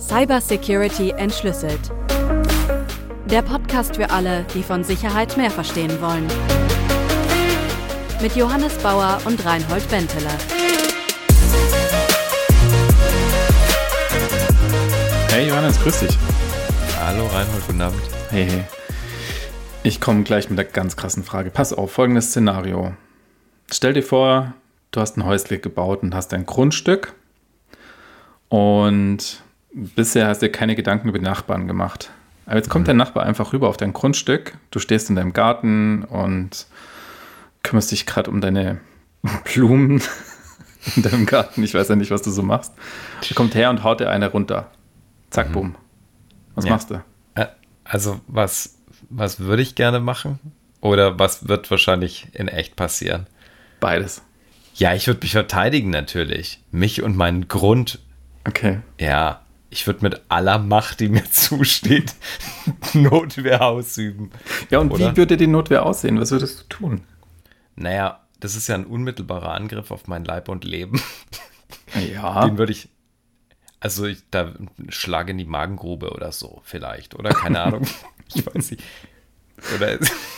Cybersecurity entschlüsselt. Der Podcast für alle, die von Sicherheit mehr verstehen wollen. Mit Johannes Bauer und Reinhold Benteler. Hey Johannes, grüß dich. Hallo Reinhold, guten Abend. Hey. Ich komme gleich mit einer ganz krassen Frage. Pass auf, folgendes Szenario. Stell dir vor, du hast ein Häusle gebaut und hast ein Grundstück und bisher hast du dir keine Gedanken über die Nachbarn gemacht. Aber jetzt kommt der Nachbar einfach rüber auf dein Grundstück, du stehst in deinem Garten und kümmerst dich gerade um deine Blumen in deinem Garten. Ich weiß ja nicht, was du so machst. Er kommt her und haut dir eine runter. Zack, bumm. Was machst du? Also was würde ich gerne machen? Oder was wird wahrscheinlich in echt passieren? Beides. Ja, ich würde mich verteidigen natürlich. Mich und meinen Grund. Okay. Ja, ich würde mit aller Macht, die mir zusteht, Notwehr ausüben. Ja, und oder? Wie würde die Notwehr aussehen? Was würdest du tun? Naja, das ist ja ein unmittelbarer Angriff auf mein Leib und Leben. Ja. Den würde ich, da schlage in die Magengrube oder so vielleicht. Oder keine Ahnung. Ich weiß nicht. Oder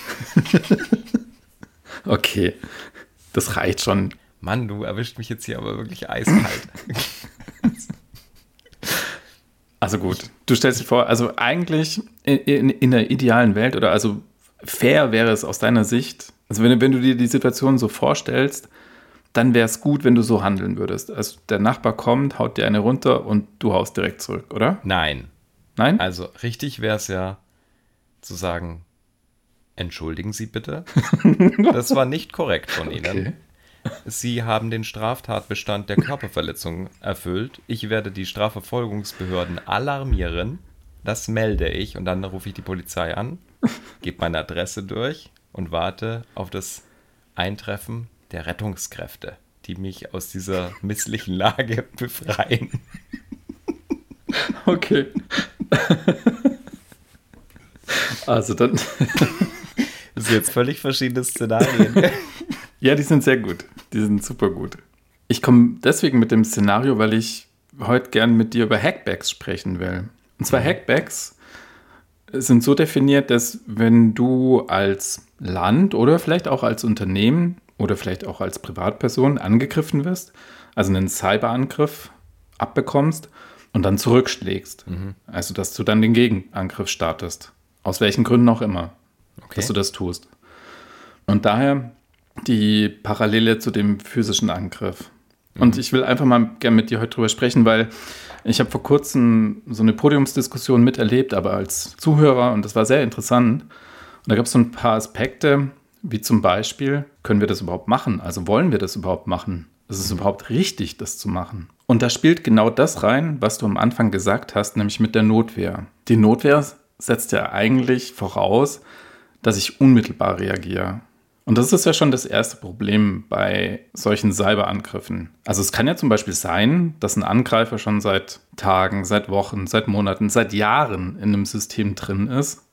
Okay, das reicht schon. Mann, du erwischt mich jetzt hier aber wirklich eiskalt. Also gut, du stellst dir vor, also eigentlich in der idealen Welt oder also fair wäre es aus deiner Sicht, also wenn du dir die Situation so vorstellst, dann wäre es gut, wenn du so handeln würdest. Also der Nachbar kommt, haut dir eine runter und du haust direkt zurück, oder? Nein. Nein? Also richtig wäre es ja zu sagen, entschuldigen Sie bitte. Das war nicht korrekt von Ihnen. Okay. Sie haben den Straftatbestand der Körperverletzung erfüllt. Ich werde die Strafverfolgungsbehörden alarmieren. Das melde ich und dann rufe ich die Polizei an, gebe meine Adresse durch und warte auf das Eintreffen der Rettungskräfte, die mich aus dieser misslichen Lage befreien. Okay. Also dann... Das sind jetzt völlig verschiedene Szenarien. Ja, die sind sehr gut. Die sind super gut. Ich komme deswegen mit dem Szenario, weil ich heute gern mit dir über Hackbacks sprechen will. Und zwar Hackbacks sind so definiert, dass wenn du als Land oder vielleicht auch als Unternehmen oder vielleicht auch als Privatperson angegriffen wirst, also einen Cyberangriff abbekommst und dann zurückschlägst. Also, dass du dann den Gegenangriff startest. Aus welchen Gründen auch immer, dass du das tust. Und daher die Parallele zu dem physischen Angriff. Und ich will einfach mal gerne mit dir heute drüber sprechen, weil ich habe vor kurzem so eine Podiumsdiskussion miterlebt, aber als Zuhörer, und das war sehr interessant. Und da gab es so ein paar Aspekte, wie zum Beispiel, können wir das überhaupt machen? Also wollen wir das überhaupt machen? Ist es überhaupt richtig, das zu machen? Und da spielt genau das rein, was du am Anfang gesagt hast, nämlich mit der Notwehr. Die Notwehr setzt ja eigentlich voraus, dass ich unmittelbar reagiere. Und das ist ja schon das erste Problem bei solchen Cyberangriffen. Also es kann ja zum Beispiel sein, dass ein Angreifer schon seit Tagen, seit Wochen, seit Monaten, seit Jahren in einem System drin ist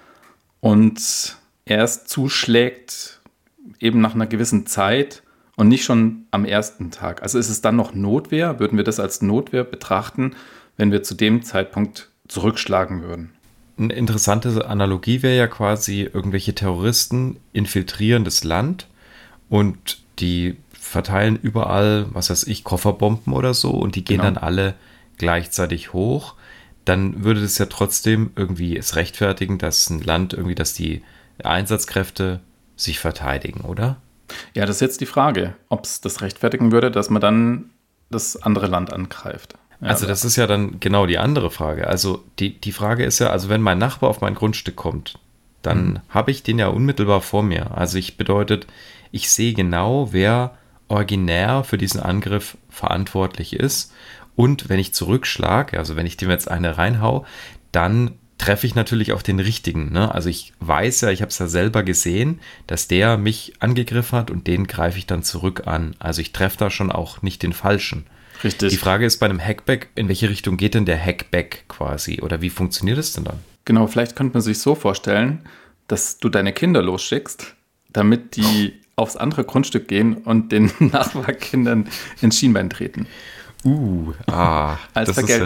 und erst zuschlägt eben nach einer gewissen Zeit und nicht schon am ersten Tag. Also ist es dann noch Notwehr? Würden wir das als Notwehr betrachten, wenn wir zu dem Zeitpunkt zurückschlagen würden? Eine interessante Analogie wäre ja quasi, irgendwelche Terroristen infiltrieren das Land und die verteilen überall, was weiß ich, Kofferbomben oder so und die gehen dann alle gleichzeitig hoch. Dann würde das ja trotzdem irgendwie es rechtfertigen, dass ein Land irgendwie, dass die Einsatzkräfte sich verteidigen, oder? Ja, das ist jetzt die Frage, ob es das rechtfertigen würde, dass man dann das andere Land angreift. Ja, also das ist ja dann genau die andere Frage. Also die Frage ist ja, also wenn mein Nachbar auf mein Grundstück kommt, dann habe ich den ja unmittelbar vor mir. Also bedeutet, ich sehe genau, wer originär für diesen Angriff verantwortlich ist. Und wenn ich zurückschlage, also wenn ich dem jetzt eine reinhau, dann treffe ich natürlich auch den richtigen. Ne? Also ich weiß ja, ich habe es ja selber gesehen, dass der mich angegriffen hat und den greife ich dann zurück an. Also ich treffe da schon auch nicht den Falschen. Richtig. Die Frage ist bei einem Hackback, in welche Richtung geht denn der Hackback quasi? Oder wie funktioniert es denn dann? Genau, vielleicht könnte man sich so vorstellen, dass du deine Kinder losschickst, damit die aufs andere Grundstück gehen und den Nachbarkindern ins Schienbein treten. Als Vergeltung.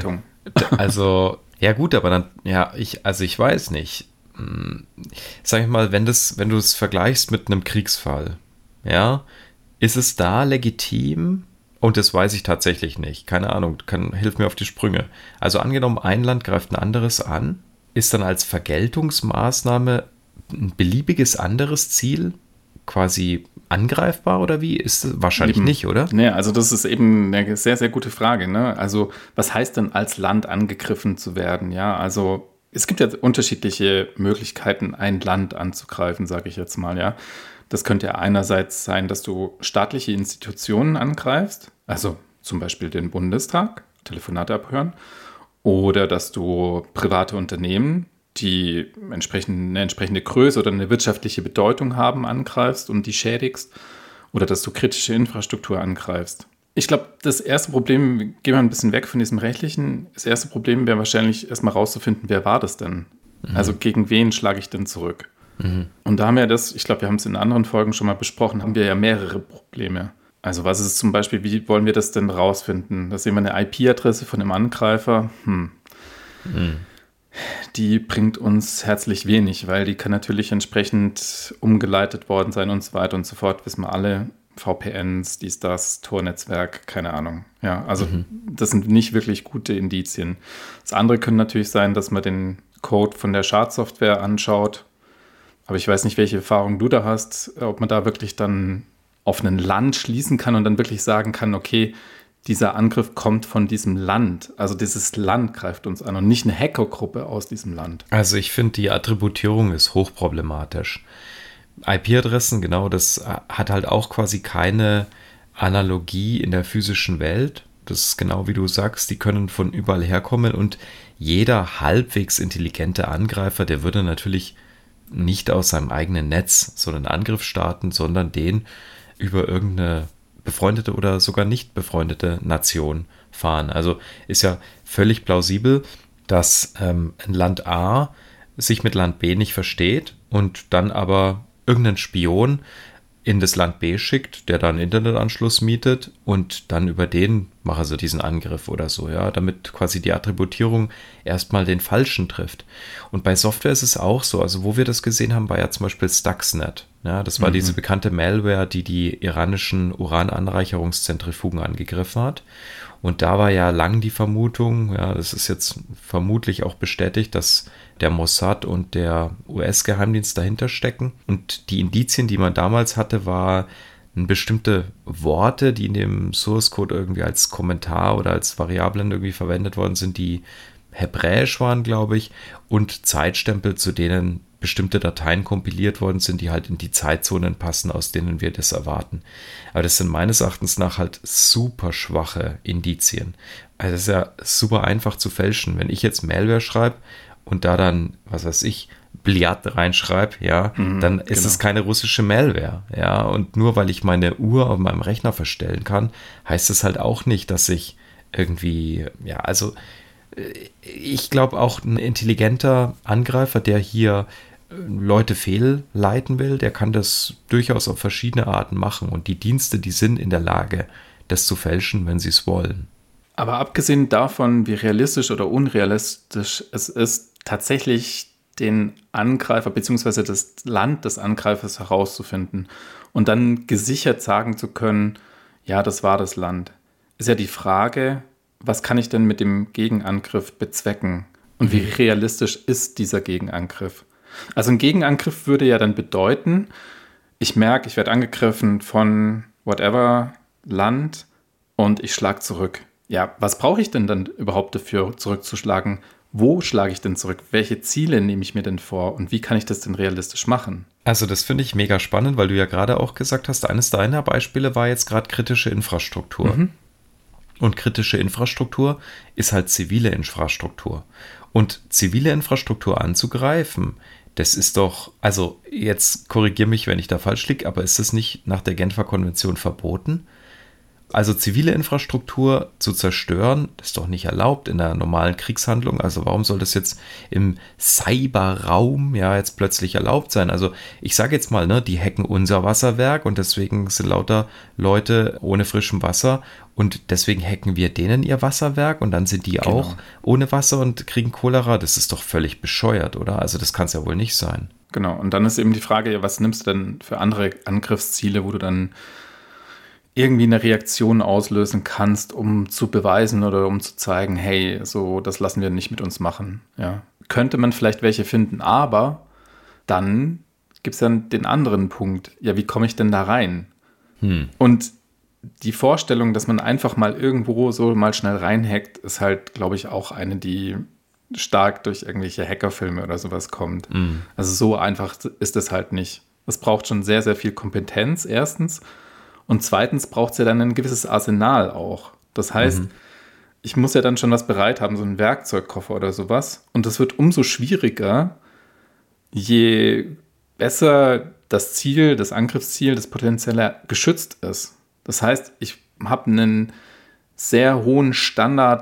Also, ja gut, aber dann, ja, ich weiß nicht. Sag ich mal, wenn du es vergleichst mit einem Kriegsfall, ja, ist es da legitim? Und das weiß ich tatsächlich nicht. Keine Ahnung, hilf mir auf die Sprünge. Also angenommen, ein Land greift ein anderes an, ist dann als Vergeltungsmaßnahme ein beliebiges anderes Ziel quasi angreifbar oder wie? Ist es wahrscheinlich Eben. nicht, oder? Nee, also das ist eben eine sehr, sehr gute Frage. Ne? Also was heißt denn als Land angegriffen zu werden? Ja, also es gibt ja unterschiedliche Möglichkeiten, ein Land anzugreifen, sage ich jetzt mal. Ja, das könnte ja einerseits sein, dass du staatliche Institutionen angreifst, also zum Beispiel den Bundestag, Telefonate abhören, oder dass du private Unternehmen, die eine entsprechende Größe oder eine wirtschaftliche Bedeutung haben, angreifst und die schädigst, oder dass du kritische Infrastruktur angreifst. Ich glaube, das erste Problem, gehen wir ein bisschen weg von diesem rechtlichen, das erste Problem wäre wahrscheinlich erstmal rauszufinden, wer war das denn? Also gegen wen schlage ich denn zurück? Und da haben wir das, ich glaube, wir haben es in anderen Folgen schon mal besprochen, haben wir ja mehrere Probleme. Also was ist zum Beispiel, wie wollen wir das denn rausfinden? Das ist immer eine IP-Adresse von einem Angreifer. Die bringt uns herzlich wenig, weil die kann natürlich entsprechend umgeleitet worden sein und so weiter und so fort. Wissen wir alle, VPNs, das, Tor-Netzwerk, keine Ahnung. Ja, also das sind nicht wirklich gute Indizien. Das andere könnte natürlich sein, dass man den Code von der Schadsoftware anschaut. Aber ich weiß nicht, welche Erfahrung du da hast, ob man da wirklich dann auf ein Land schließen kann und dann wirklich sagen kann, okay, dieser Angriff kommt von diesem Land. Also dieses Land greift uns an und nicht eine Hackergruppe aus diesem Land. Also ich finde, die Attributierung ist hochproblematisch. IP-Adressen, genau, das hat halt auch quasi keine Analogie in der physischen Welt. Das ist genau wie du sagst, die können von überall herkommen und jeder halbwegs intelligente Angreifer, der würde natürlich nicht aus seinem eigenen Netz so einen Angriff starten, sondern den über irgendeine befreundete oder sogar nicht befreundete Nation fahren. Also ist ja völlig plausibel, dass ein Land A sich mit Land B nicht versteht und dann aber irgendeinen Spion in das Land B schickt, der dann einen Internetanschluss mietet und dann über den machen sie diesen Angriff oder so, ja, damit quasi die Attributierung erstmal den Falschen trifft. Und bei Software ist es auch so, also wo wir das gesehen haben, war ja zum Beispiel Stuxnet. Ja, das war diese bekannte Malware, die iranischen Urananreicherungszentrifugen angegriffen hat. Und da war ja lang die Vermutung, ja, das ist jetzt vermutlich auch bestätigt, dass der Mossad und der US-Geheimdienst dahinter stecken. Und die Indizien, die man damals hatte, war bestimmte Worte, die in dem Source Code irgendwie als Kommentar oder als Variablen irgendwie verwendet worden sind, die hebräisch waren, glaube ich, und Zeitstempel, zu denen bestimmte Dateien kompiliert worden sind, die halt in die Zeitzonen passen, aus denen wir das erwarten. Aber das sind meines Erachtens nach halt super schwache Indizien. Also es ist ja super einfach zu fälschen. Wenn ich jetzt Malware schreibe und da dann, was weiß ich, Bliat reinschreibe, ja, dann ist es keine russische Malware, ja, und nur weil ich meine Uhr auf meinem Rechner verstellen kann, heißt es halt auch nicht, dass ich irgendwie, ja, also ich glaube auch ein intelligenter Angreifer, der hier Leute fehlleiten will, der kann das durchaus auf verschiedene Arten machen und die Dienste, die sind in der Lage, das zu fälschen, wenn sie es wollen. Aber abgesehen davon, wie realistisch oder unrealistisch es ist, tatsächlich den Angreifer bzw. das Land des Angreifers herauszufinden und dann gesichert sagen zu können, ja, das war das Land, ist ja die Frage, was kann ich denn mit dem Gegenangriff bezwecken und wie realistisch ist dieser Gegenangriff? Also ein Gegenangriff würde ja dann bedeuten, ich merke, ich werde angegriffen von whatever Land und ich schlage zurück. Ja, was brauche ich denn dann überhaupt dafür, zurückzuschlagen? Wo schlage ich denn zurück? Welche Ziele nehme ich mir denn vor? Und wie kann ich das denn realistisch machen? Also das finde ich mega spannend, weil du ja gerade auch gesagt hast, eines deiner Beispiele war jetzt gerade kritische Infrastruktur. Und kritische Infrastruktur ist halt zivile Infrastruktur. Und zivile Infrastruktur anzugreifen, das ist doch, also jetzt korrigiere mich, wenn ich da falsch liege, aber ist das nicht nach der Genfer Konvention verboten? Also zivile Infrastruktur zu zerstören, ist doch nicht erlaubt in einer normalen Kriegshandlung. Also warum soll das jetzt im Cyberraum ja jetzt plötzlich erlaubt sein? Also ich sage jetzt mal, ne, die hacken unser Wasserwerk und deswegen sind lauter Leute ohne frischem Wasser und deswegen hacken wir denen ihr Wasserwerk und dann sind die auch ohne Wasser und kriegen Cholera. Das ist doch völlig bescheuert, oder? Also das kann es ja wohl nicht sein. Genau, und dann ist eben die Frage, ja, was nimmst du denn für andere Angriffsziele, wo du dann irgendwie eine Reaktion auslösen kannst, um zu beweisen oder um zu zeigen, hey, so, das lassen wir nicht mit uns machen. Ja. Könnte man vielleicht welche finden, aber dann gibt es dann den anderen Punkt. Ja, wie komme ich denn da rein? Und die Vorstellung, dass man einfach mal irgendwo so mal schnell reinhackt, ist halt, glaube ich, auch eine, die stark durch irgendwelche Hackerfilme oder sowas kommt. Also so einfach ist es halt nicht. Es braucht schon sehr, sehr viel Kompetenz, erstens. Und zweitens braucht es ja dann ein gewisses Arsenal auch. Das heißt, ich muss ja dann schon was bereit haben, so einen Werkzeugkoffer oder sowas. Und das wird umso schwieriger, je besser das Ziel, das Angriffsziel, das potenzielle geschützt ist. Das heißt, ich habe einen sehr hohen Standard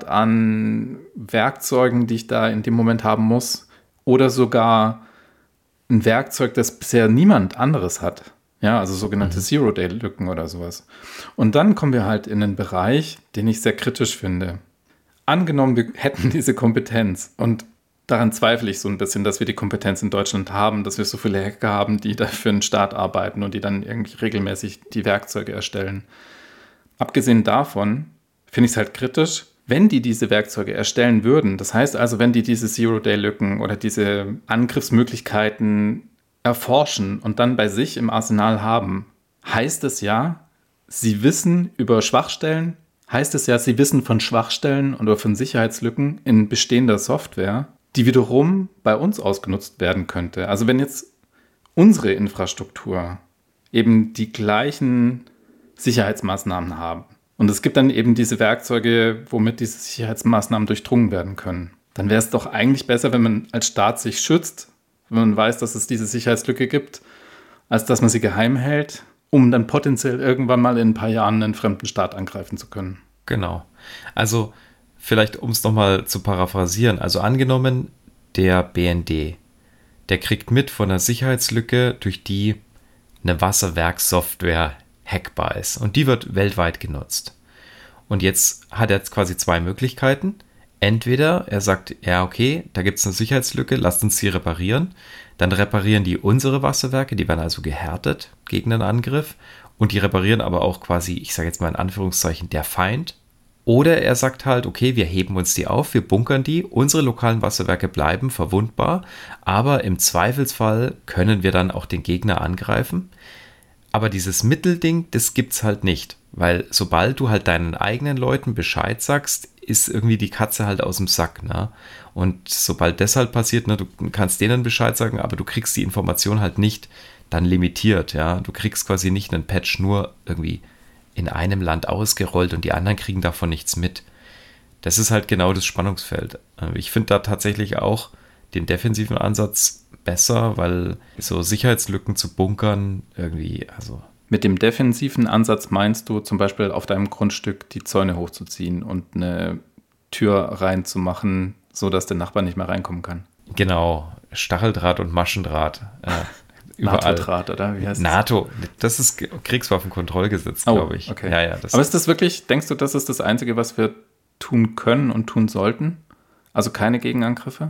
an Werkzeugen, die ich da in dem Moment haben muss. Oder sogar ein Werkzeug, das bisher niemand anderes hat. Ja, also sogenannte Zero-Day-Lücken oder sowas. Und dann kommen wir halt in einen Bereich, den ich sehr kritisch finde. Angenommen, wir hätten diese Kompetenz und daran zweifle ich so ein bisschen, dass wir die Kompetenz in Deutschland haben, dass wir so viele Hacker haben, die da für einen Staat arbeiten und die dann irgendwie regelmäßig die Werkzeuge erstellen. Abgesehen davon finde ich es halt kritisch, wenn die diese Werkzeuge erstellen würden. Das heißt also, wenn die diese Zero-Day-Lücken oder diese Angriffsmöglichkeiten erforschen und dann bei sich im Arsenal haben, heißt es ja, sie wissen über Schwachstellen, heißt es ja, sie wissen von Schwachstellen oder von Sicherheitslücken in bestehender Software, die wiederum bei uns ausgenutzt werden könnte. Also wenn jetzt unsere Infrastruktur eben die gleichen Sicherheitsmaßnahmen haben und es gibt dann eben diese Werkzeuge, womit diese Sicherheitsmaßnahmen durchdrungen werden können, dann wäre es doch eigentlich besser, wenn man als Staat sich schützt, wenn man weiß, dass es diese Sicherheitslücke gibt, als dass man sie geheim hält, um dann potenziell irgendwann mal in ein paar Jahren einen fremden Staat angreifen zu können. Genau. Also vielleicht, um es nochmal zu paraphrasieren, also angenommen, der BND, der kriegt mit von einer Sicherheitslücke, durch die eine Wasserwerkssoftware hackbar ist und die wird weltweit genutzt. Und jetzt hat er quasi zwei Möglichkeiten. Entweder er sagt, ja okay, da gibt es eine Sicherheitslücke, lasst uns sie reparieren. Dann reparieren die unsere Wasserwerke, die werden also gehärtet gegen den Angriff. Und die reparieren aber auch quasi, ich sage jetzt mal in Anführungszeichen, der Feind. Oder er sagt halt, okay, wir heben uns die auf, wir bunkern die, unsere lokalen Wasserwerke bleiben verwundbar, aber im Zweifelsfall können wir dann auch den Gegner angreifen. Aber dieses Mittelding, das gibt's halt nicht, weil sobald du halt deinen eigenen Leuten Bescheid sagst, ist irgendwie die Katze halt aus dem Sack, ne? Und sobald das halt passiert, ne, du kannst denen Bescheid sagen, aber du kriegst die Information halt nicht dann limitiert, ja? Du kriegst quasi nicht einen Patch nur irgendwie in einem Land ausgerollt und die anderen kriegen davon nichts mit. Das ist halt genau das Spannungsfeld. Ich finde da tatsächlich auch den defensiven Ansatz besser, weil so Sicherheitslücken zu bunkern irgendwie, also... Mit dem defensiven Ansatz meinst du zum Beispiel auf deinem Grundstück die Zäune hochzuziehen und eine Tür reinzumachen, sodass der Nachbar nicht mehr reinkommen kann? Genau, Stacheldraht und Maschendraht. Überall. NATO-Draht, oder? Wie heißt NATO, das ist Kriegswaffenkontrollgesetz, glaube ich. Okay. Ja, aber ist das wirklich, denkst du, das ist das Einzige, was wir tun können und tun sollten? Also keine Gegenangriffe?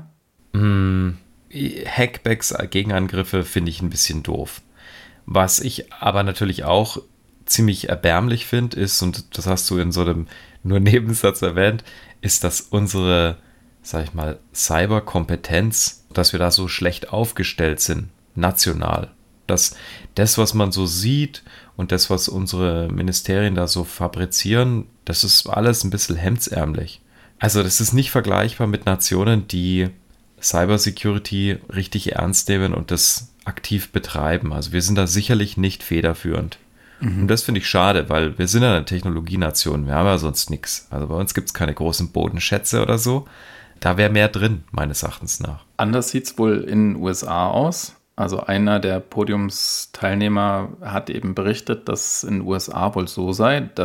Hackbacks, Gegenangriffe finde ich ein bisschen doof. Was ich aber natürlich auch ziemlich erbärmlich finde, ist, und das hast du in so einem nur Nebensatz erwähnt, ist, dass unsere, sag ich mal, Cyberkompetenz, dass wir da so schlecht aufgestellt sind, national. Dass das, was man so sieht und das, was unsere Ministerien da so fabrizieren, das ist alles ein bisschen hemdsärmlich. Also das ist nicht vergleichbar mit Nationen, die Cybersecurity richtig ernst nehmen und das aktiv betreiben. Also wir sind da sicherlich nicht federführend. Und das finde ich schade, weil wir sind ja eine Technologienation. Wir haben ja sonst nichts. Also bei uns gibt es keine großen Bodenschätze oder so. Da wäre mehr drin, meines Erachtens nach. Anders sieht es wohl in den USA aus. Also einer der Podiumsteilnehmer hat eben berichtet, dass es in den USA wohl so sei, dass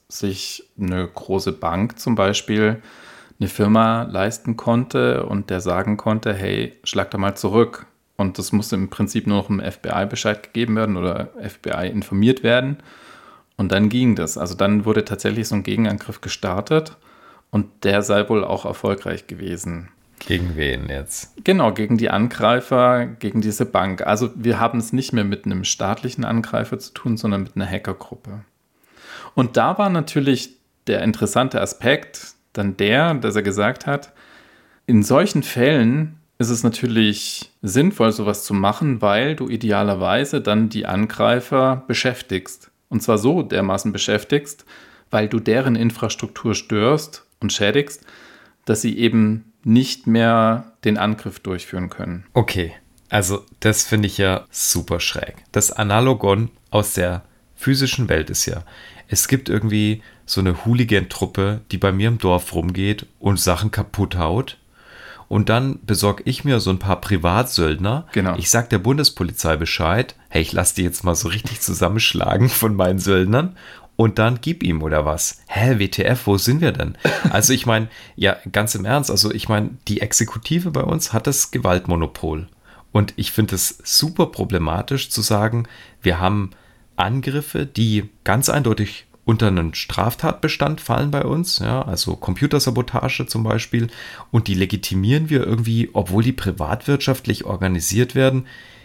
sich eine große Bank zum Beispiel eine Firma leisten konnte und der sagen konnte, hey, schlag da mal zurück. Und das musste im Prinzip nur noch im FBI Bescheid gegeben werden oder FBI informiert werden. Und dann ging das. Also dann wurde tatsächlich so ein Gegenangriff gestartet und der sei wohl auch erfolgreich gewesen. Gegen wen jetzt? Genau, gegen die Angreifer, gegen diese Bank. Also wir haben es nicht mehr mit einem staatlichen Angreifer zu tun, sondern mit einer Hackergruppe. Und da war natürlich der interessante Aspekt dann dass er gesagt hat, in solchen Fällen ist es natürlich sinnvoll, sowas zu machen, weil du idealerweise dann die Angreifer beschäftigst. Und zwar so dermaßen beschäftigst, weil du deren Infrastruktur störst und schädigst, dass sie eben nicht mehr den Angriff durchführen können. Okay, also das finde ich ja super schräg. Das Analogon aus der physischen Welt ist ja, es gibt irgendwie so eine Hooligan-Truppe, die bei mir im Dorf rumgeht und Sachen kaputt haut. Und dann besorge ich mir so ein paar Privatsöldner. Genau. Ich sage der Bundespolizei Bescheid, hey, ich lasse die jetzt mal so richtig zusammenschlagen von meinen Söldnern und dann gib ihm oder was. Hä, WTF, wo sind wir denn? Also ich meine, ja, ganz im Ernst, also ich meine, die Exekutive bei uns hat das Gewaltmonopol. Und ich finde es super problematisch zu sagen, wir haben Angriffe, die ganz eindeutig unter einen Straftatbestand fallen bei uns, ja, also Computersabotage zum Beispiel, und die legitimieren wir irgendwie, obwohl die privatwirtschaftlich organisiert werden.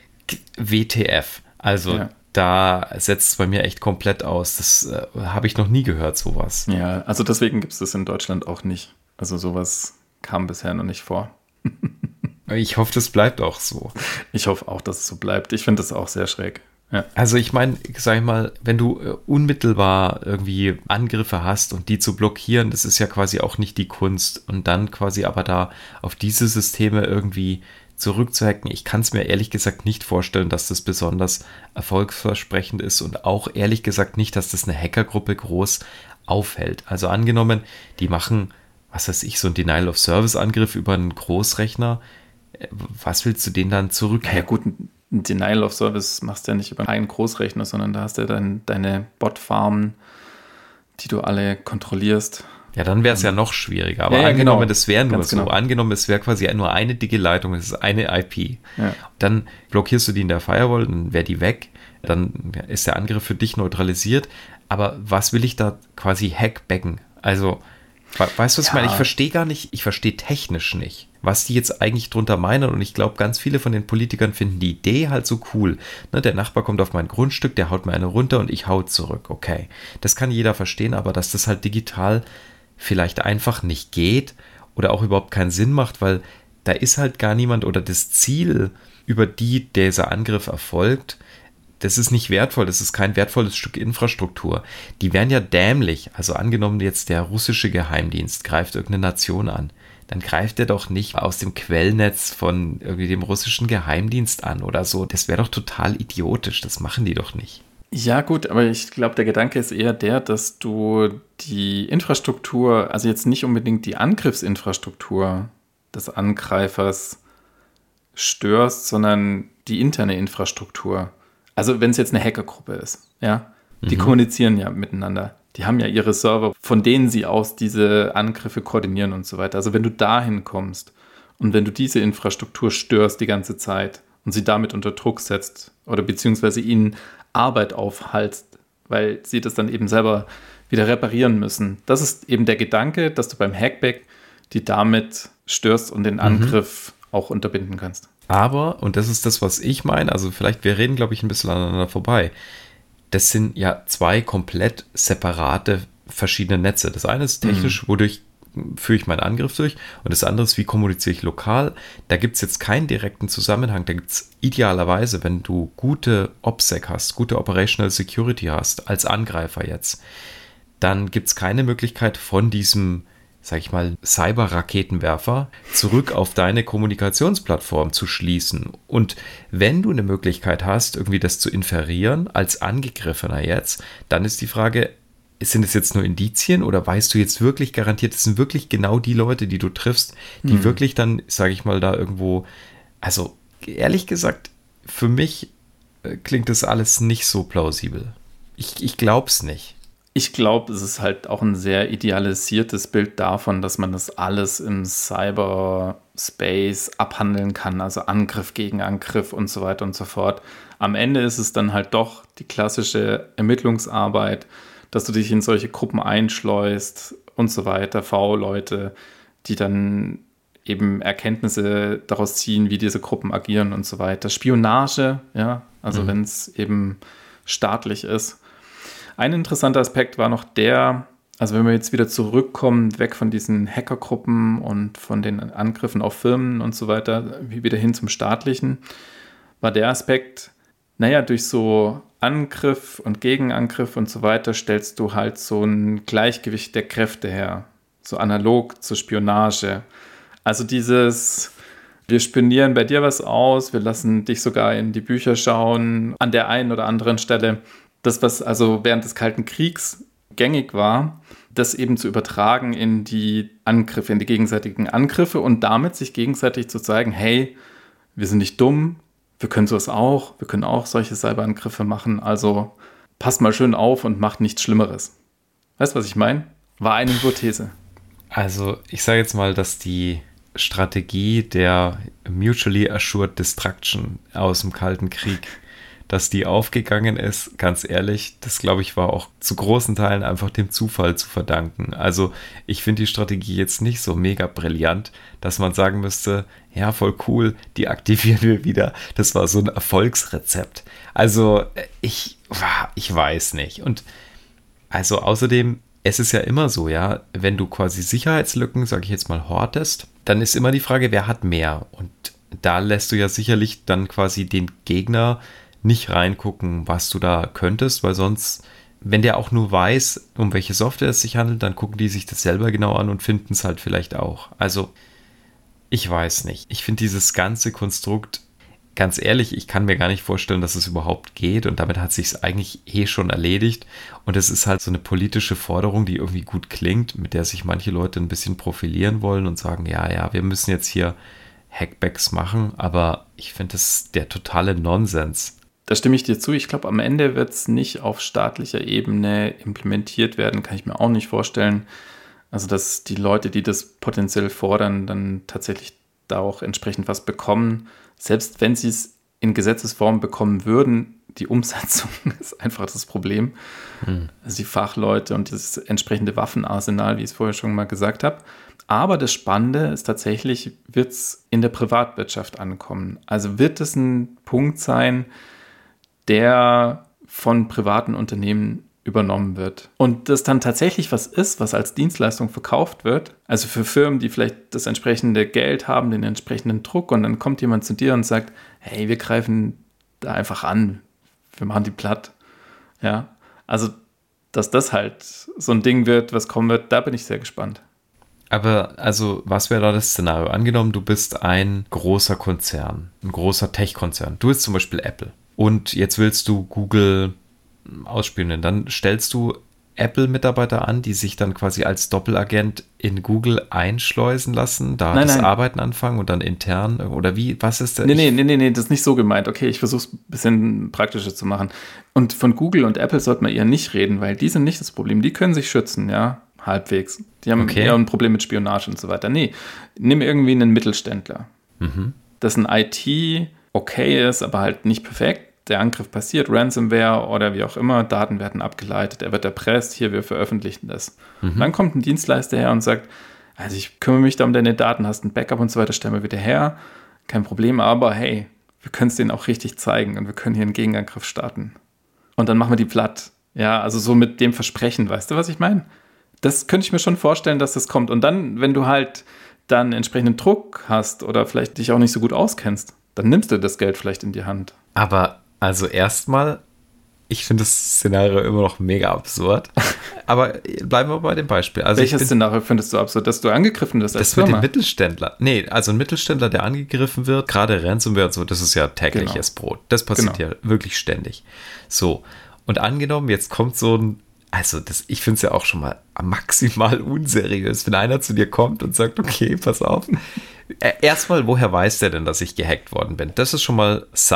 WTF. Also ja. Da setzt es bei mir echt komplett aus. Das habe ich noch nie gehört, sowas. Ja, also deswegen gibt es das in Deutschland auch nicht. Also sowas kam bisher noch nicht vor. Ich hoffe, das bleibt auch so. Ich hoffe auch, dass es so bleibt. Ich finde das auch sehr schräg. Ja. Also ich meine, sag ich mal, wenn du unmittelbar irgendwie Angriffe hast und die zu blockieren, das ist ja quasi auch nicht die Kunst. Und dann quasi aber da auf diese Systeme irgendwie zurückzuhacken, ich kann es mir ehrlich gesagt nicht vorstellen, dass das besonders erfolgsversprechend ist und auch ehrlich gesagt nicht, dass das eine Hackergruppe groß aufhält. Also angenommen, die machen, was weiß ich, so einen Denial-of-Service-Angriff über einen Großrechner, was willst du denen dann zurückhacken? Ja gut, ein Denial of Service machst du ja nicht über einen Großrechner, sondern da hast du ja dann deine Bot-Farmen, die du alle kontrollierst. Ja, dann wäre es ja noch schwieriger. Aber angenommen, das wäre nur so. Genau. Angenommen, es wäre quasi nur eine dicke Leitung, es ist eine IP. Ja. Dann blockierst du die in der Firewall, dann wäre die weg. Dann ist der Angriff für dich neutralisiert. Aber was will ich da quasi hackbacken? Also, weißt du, was ich meine? Ich verstehe gar nicht, ich verstehe technisch nicht, was die jetzt eigentlich drunter meinen. Und ich glaube, ganz viele von den Politikern finden die Idee halt so cool. Ne, der Nachbar kommt auf mein Grundstück, der haut mir eine runter und ich hau zurück. Okay, das kann jeder verstehen, aber dass das halt digital vielleicht einfach nicht geht oder auch überhaupt keinen Sinn macht, weil da ist halt gar niemand oder das Ziel, über die dieser Angriff erfolgt, das ist nicht wertvoll, das ist kein wertvolles Stück Infrastruktur. Die wären ja dämlich. Also angenommen jetzt der russische Geheimdienst greift irgendeine Nation an, dann greift er doch nicht aus dem Quellnetz von irgendwie dem russischen Geheimdienst an oder so. Das wäre doch total idiotisch, das machen die doch nicht. Ja gut, aber ich glaube, der Gedanke ist eher der, dass du die Infrastruktur, also jetzt nicht unbedingt die Angriffsinfrastruktur des Angreifers störst, sondern die interne Infrastruktur. Also wenn es jetzt eine Hackergruppe ist, ja, die kommunizieren ja miteinander. Die haben ja ihre Server, von denen sie aus diese Angriffe koordinieren und so weiter. Also wenn du dahin kommst und wenn du diese Infrastruktur störst die ganze Zeit und sie damit unter Druck setzt oder beziehungsweise ihnen Arbeit aufhalst, weil sie das dann eben selber wieder reparieren müssen. Das ist eben der Gedanke, dass du beim Hackback die damit störst und den Angriff auch unterbinden kannst. Aber, und das ist das, was ich meine, also vielleicht, wir reden, glaube ich, ein bisschen aneinander vorbei. Das sind ja zwei komplett separate verschiedene Netze. Das eine ist technisch, wodurch führe ich meinen Angriff durch und das andere ist, wie kommuniziere ich lokal. Da gibt es jetzt keinen direkten Zusammenhang. Da gibt es idealerweise, wenn du gute OPSEC hast, gute Operational Security hast, als Angreifer jetzt, dann gibt es keine Möglichkeit von diesem, sag ich mal, Cyber-Raketenwerfer zurück auf deine Kommunikationsplattform zu schließen. Und wenn du eine Möglichkeit hast, irgendwie das zu inferieren, als Angegriffener jetzt, dann ist die Frage, sind es jetzt nur Indizien oder weißt du jetzt wirklich garantiert, das sind wirklich genau die Leute, die du triffst, die wirklich dann, sage ich mal, da irgendwo, also ehrlich gesagt, für mich klingt das alles nicht so plausibel. Ich glaube es nicht. Ich glaube, es ist halt auch ein sehr idealisiertes Bild davon, dass man das alles im Cyberspace abhandeln kann, also Angriff gegen Angriff und so weiter und so fort. Am Ende ist es dann halt doch die klassische Ermittlungsarbeit, dass du dich in solche Gruppen einschleust und so weiter, V-Leute, die dann eben Erkenntnisse daraus ziehen, wie diese Gruppen agieren und so weiter. Spionage, ja, also wenn es eben staatlich ist. Ein interessanter Aspekt war noch also wenn wir jetzt wieder zurückkommen, weg von diesen Hackergruppen und von den Angriffen auf Firmen und so weiter, wieder hin zum Staatlichen, war der Aspekt, durch so Angriff und Gegenangriff und so weiter stellst du halt so ein Gleichgewicht der Kräfte her, so analog zur Spionage. Also wir spionieren bei dir was aus, wir lassen dich sogar in die Bücher schauen, an der einen oder anderen Stelle. Das, was also während des Kalten Kriegs gängig war, das eben zu übertragen in die Angriffe, in die gegenseitigen Angriffe und damit sich gegenseitig zu zeigen, hey, wir sind nicht dumm, wir können sowas auch, wir können auch solche Cyberangriffe machen, also passt mal schön auf und macht nichts Schlimmeres. Weißt du, was ich meine? War eine Hypothese. Also ich sage jetzt mal, dass die Strategie der Mutually Assured Destruction aus dem Kalten Krieg, dass die aufgegangen ist, ganz ehrlich, das glaube ich war auch zu großen Teilen einfach dem Zufall zu verdanken. Also ich finde die Strategie jetzt nicht so mega brillant, dass man sagen müsste, ja voll cool, die aktivieren wir wieder. Das war so ein Erfolgsrezept. Also ich weiß nicht. Und also außerdem, es ist ja immer so, ja, wenn du quasi Sicherheitslücken, sage ich jetzt mal, hortest, dann ist immer die Frage, wer hat mehr? Und da lässt du ja sicherlich dann quasi den Gegner nicht reingucken, was du da könntest, weil sonst, wenn der auch nur weiß, um welche Software es sich handelt, dann gucken die sich das selber genau an und finden es halt vielleicht auch. Also, ich weiß nicht. Ich finde dieses ganze Konstrukt, ganz ehrlich, ich kann mir gar nicht vorstellen, dass es überhaupt geht und damit hat sich es eigentlich schon erledigt und es ist halt so eine politische Forderung, die irgendwie gut klingt, mit der sich manche Leute ein bisschen profilieren wollen und sagen, ja, wir müssen jetzt hier Hackbacks machen, aber ich finde das der totale Nonsens. Da stimme ich dir zu. Ich glaube, am Ende wird es nicht auf staatlicher Ebene implementiert werden, kann ich mir auch nicht vorstellen. Also, dass die Leute, die das potenziell fordern, dann tatsächlich da auch entsprechend was bekommen. Selbst wenn sie es in Gesetzesform bekommen würden, die Umsetzung ist einfach das Problem. Also die Fachleute und das entsprechende Waffenarsenal, wie ich es vorher schon mal gesagt habe. Aber das Spannende ist tatsächlich, wird es in der Privatwirtschaft ankommen. Also wird es ein Punkt sein, der von privaten Unternehmen übernommen wird. Und das dann tatsächlich was ist, was als Dienstleistung verkauft wird. Also für Firmen, die vielleicht das entsprechende Geld haben, den entsprechenden Druck und dann kommt jemand zu dir und sagt, hey, wir greifen da einfach an, wir machen die platt. Ja, also dass das halt so ein Ding wird, was kommen wird, da bin ich sehr gespannt. Aber also, was wäre da das Szenario? Angenommen, du bist ein großer Konzern, ein großer Tech-Konzern. Du bist zum Beispiel Apple. Und jetzt willst du Google ausspionieren. Dann stellst du Apple-Mitarbeiter an, die sich dann quasi als Doppelagent in Google einschleusen lassen, nein. Arbeiten anfangen und dann intern, oder wie? Was ist denn? Nee, das ist nicht so gemeint. Okay, ich versuche es ein bisschen praktischer zu machen. Und von Google und Apple sollte man eher nicht reden, weil die sind nicht das Problem. Die können sich schützen, ja, halbwegs. Die haben eher ein Problem mit Spionage und so weiter. Nee, nimm irgendwie einen Mittelständler. Dessen IT okay ist, aber halt nicht perfekt. Der Angriff passiert, Ransomware oder wie auch immer, Daten werden abgeleitet, er wird erpresst, hier, wir veröffentlichen das. Und dann kommt ein Dienstleister her und sagt, also ich kümmere mich da um deine Daten, hast ein Backup und so weiter, stellen wir wieder her, kein Problem, aber hey, wir können es denen auch richtig zeigen und wir können hier einen Gegenangriff starten. Und dann machen wir die platt. Ja, also so mit dem Versprechen, weißt du, was ich meine? Das könnte ich mir schon vorstellen, dass das kommt. Und dann, wenn du halt dann entsprechenden Druck hast oder vielleicht dich auch nicht so gut auskennst, dann nimmst du das Geld vielleicht in die Hand. Aber also erstmal, ich finde das Szenario immer noch mega absurd. Aber bleiben wir bei dem Beispiel. Also welches Szenario findest du absurd? Dass du angegriffen wirst als Firma? Das mit dem Mittelständler. Nee, also ein Mittelständler, der angegriffen wird, gerade Ransomware und so, das ist ja tägliches Brot. Das passiert ja wirklich ständig. So, und angenommen, jetzt kommt so ein, also ich finde es ja auch schon mal maximal unseriös, wenn einer zu dir kommt und sagt, okay, pass auf. Erstmal, woher weiß der denn, dass ich gehackt worden bin? Das ist schon mal sus.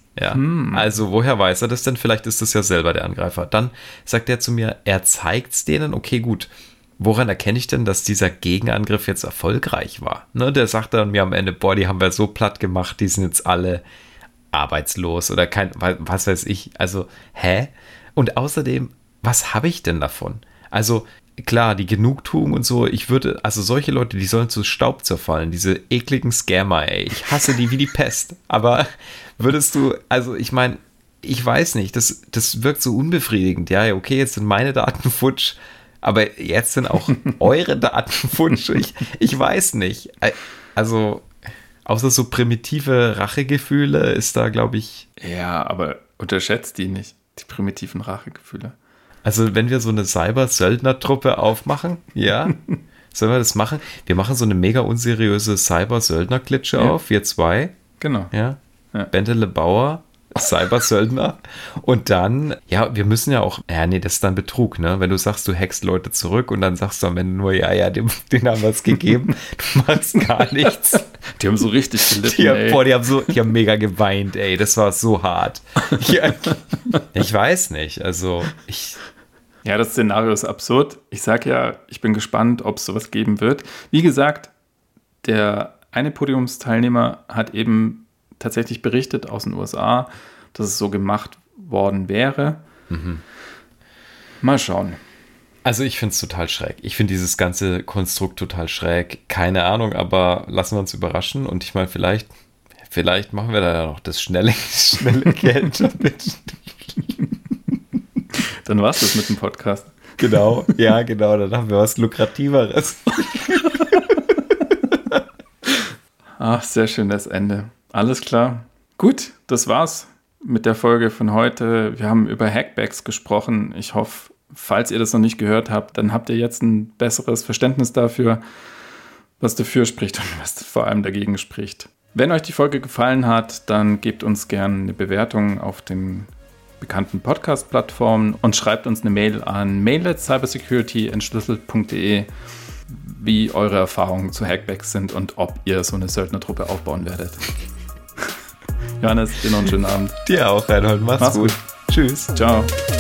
Ja, also woher weiß er das denn? Vielleicht ist das ja selber der Angreifer. Dann sagt er zu mir, er zeigt's denen. Okay, gut. Woran erkenne ich denn, dass dieser Gegenangriff jetzt erfolgreich war? Ne, der sagt dann mir am Ende, boah, die haben wir so platt gemacht, die sind jetzt alle arbeitslos oder was weiß ich. Also, hä? Und außerdem, was habe ich denn davon? Also, klar, die Genugtuung und so, also solche Leute, die sollen zu Staub zerfallen, diese ekligen Scammer, ey. Ich hasse die wie die Pest. Aber würdest du, also ich meine, ich weiß nicht, das wirkt so unbefriedigend. Ja, okay, jetzt sind meine Daten futsch, aber jetzt sind auch eure Daten futsch. Ich weiß nicht. Also, außer so primitive Rachegefühle ist da, glaube ich... Ja, aber unterschätzt die nicht, die primitiven Rachegefühle. Also, wenn wir so eine Cyber-Söldner-Truppe aufmachen, ja, sollen wir das machen? Wir machen so eine mega unseriöse Cyber-Söldner-Klitsche auf, wir zwei. Genau. Ja. Bentele Bauer, Cyber-Söldner. Und dann, ja, wir müssen ja auch, das ist dann Betrug, ne? Wenn du sagst, du hackst Leute zurück und dann sagst du am Ende nur, den haben wir es gegeben, du machst gar nichts. Die haben so richtig gelitten, die haben mega geweint, ey, das war so hart. Ja, ich weiß nicht, also Ja, das Szenario ist absurd. Ich sag ja, ich bin gespannt, ob es sowas geben wird. Wie gesagt, der eine Podiumsteilnehmer hat eben tatsächlich berichtet aus den USA, dass es so gemacht worden wäre. Mal schauen. Also ich finde es total schräg. Ich finde dieses ganze Konstrukt total schräg. Keine Ahnung, aber lassen wir uns überraschen. Und ich meine, vielleicht machen wir da ja noch das schnelle Geld damit. Dann war es das mit dem Podcast. Genau, ja genau, dann haben wir was Lukrativeres. Ach, sehr schön das Ende. Alles klar. Gut, das war's mit der Folge von heute. Wir haben über Hackbacks gesprochen. Ich hoffe, falls ihr das noch nicht gehört habt, dann habt ihr jetzt ein besseres Verständnis dafür, was dafür spricht und was vor allem dagegen spricht. Wenn euch die Folge gefallen hat, dann gebt uns gerne eine Bewertung auf den bekannten Podcast-Plattformen und schreibt uns eine Mail an mail@cybersecurityentschlüsselt.de, wie eure Erfahrungen zu Hackbacks sind und ob ihr so eine Söldnertruppe aufbauen werdet. Johannes, dir noch einen schönen Abend. Dir auch, Reinhold. Mach's gut. Tschüss. Ciao.